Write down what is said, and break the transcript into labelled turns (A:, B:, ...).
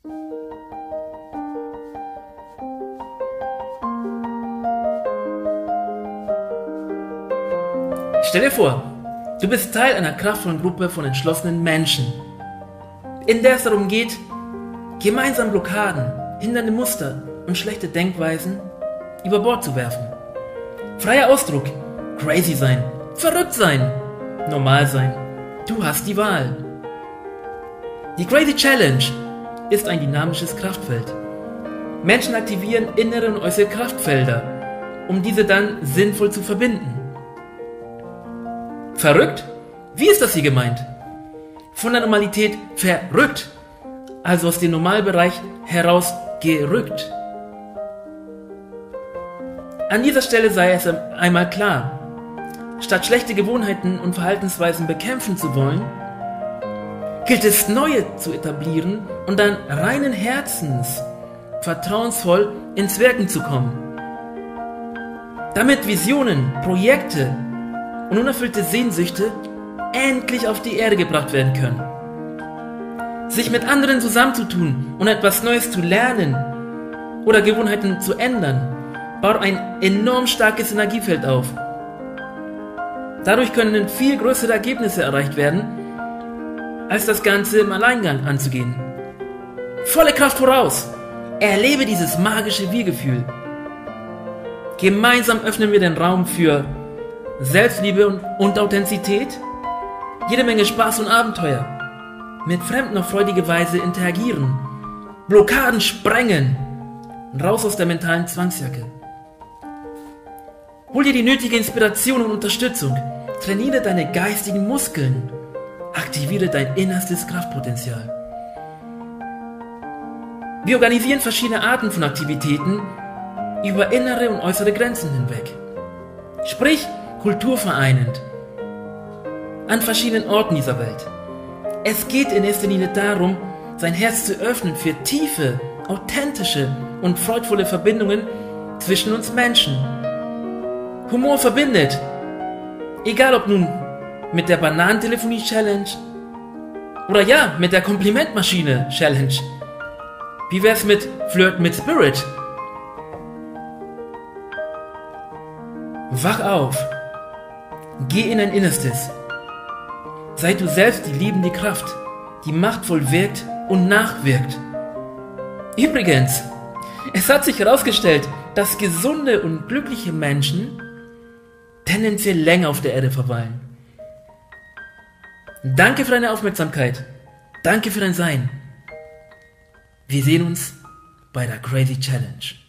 A: Stell dir vor, du bist Teil einer kraftvollen Gruppe von entschlossenen Menschen, in der es darum geht, gemeinsam Blockaden, hindernde Muster und schlechte Denkweisen über Bord zu werfen. Freier Ausdruck, crazy sein, verrückt sein, normal sein. Du hast die Wahl. Die Crazy Challenge ist ein dynamisches Kraftfeld. Menschen aktivieren innere und äußere Kraftfelder, um diese dann sinnvoll zu verbinden. Verrückt? Wie ist das hier gemeint? Von der Normalität verrückt, also aus dem Normalbereich herausgerückt. An dieser Stelle sei es einmal klar, statt schlechte Gewohnheiten und Verhaltensweisen bekämpfen zu wollen, gilt es, neue zu etablieren und dann reinen Herzens vertrauensvoll ins Wirken zu kommen. Damit Visionen, Projekte und unerfüllte Sehnsüchte endlich auf die Erde gebracht werden können. Sich mit anderen zusammenzutun und etwas Neues zu lernen oder Gewohnheiten zu ändern, baut ein enorm starkes Energiefeld auf. Dadurch können viel größere Ergebnisse erreicht werden, als das Ganze im Alleingang anzugehen. Volle Kraft voraus! Erlebe dieses magische Wir-Gefühl. Gemeinsam öffnen wir den Raum für Selbstliebe und Authentizität, jede Menge Spaß und Abenteuer, mit Fremden auf freudige Weise interagieren, Blockaden sprengen, raus aus der mentalen Zwangsjacke. Hol dir die nötige Inspiration und Unterstützung, trainiere deine geistigen Muskeln, aktiviere dein innerstes Kraftpotenzial. Wir organisieren verschiedene Arten von Aktivitäten über innere und äußere Grenzen hinweg. Sprich, kulturvereinend, an verschiedenen Orten dieser Welt. Es geht in erster Linie darum, sein Herz zu öffnen für tiefe, authentische und freudvolle Verbindungen zwischen uns Menschen. Humor verbindet, egal ob nun mit der Bananentelefonie-Challenge oder ja, mit der Komplimentmaschine-Challenge. Wie wär's mit Flirt mit Spirit? Wach auf. Geh in dein Innerstes. Sei du selbst die liebende Kraft, die machtvoll wirkt und nachwirkt. Übrigens, es hat sich herausgestellt, dass gesunde und glückliche Menschen tendenziell länger auf der Erde verweilen. Danke für deine Aufmerksamkeit. Danke für dein Sein. Wir sehen uns bei der Crazy Challenge.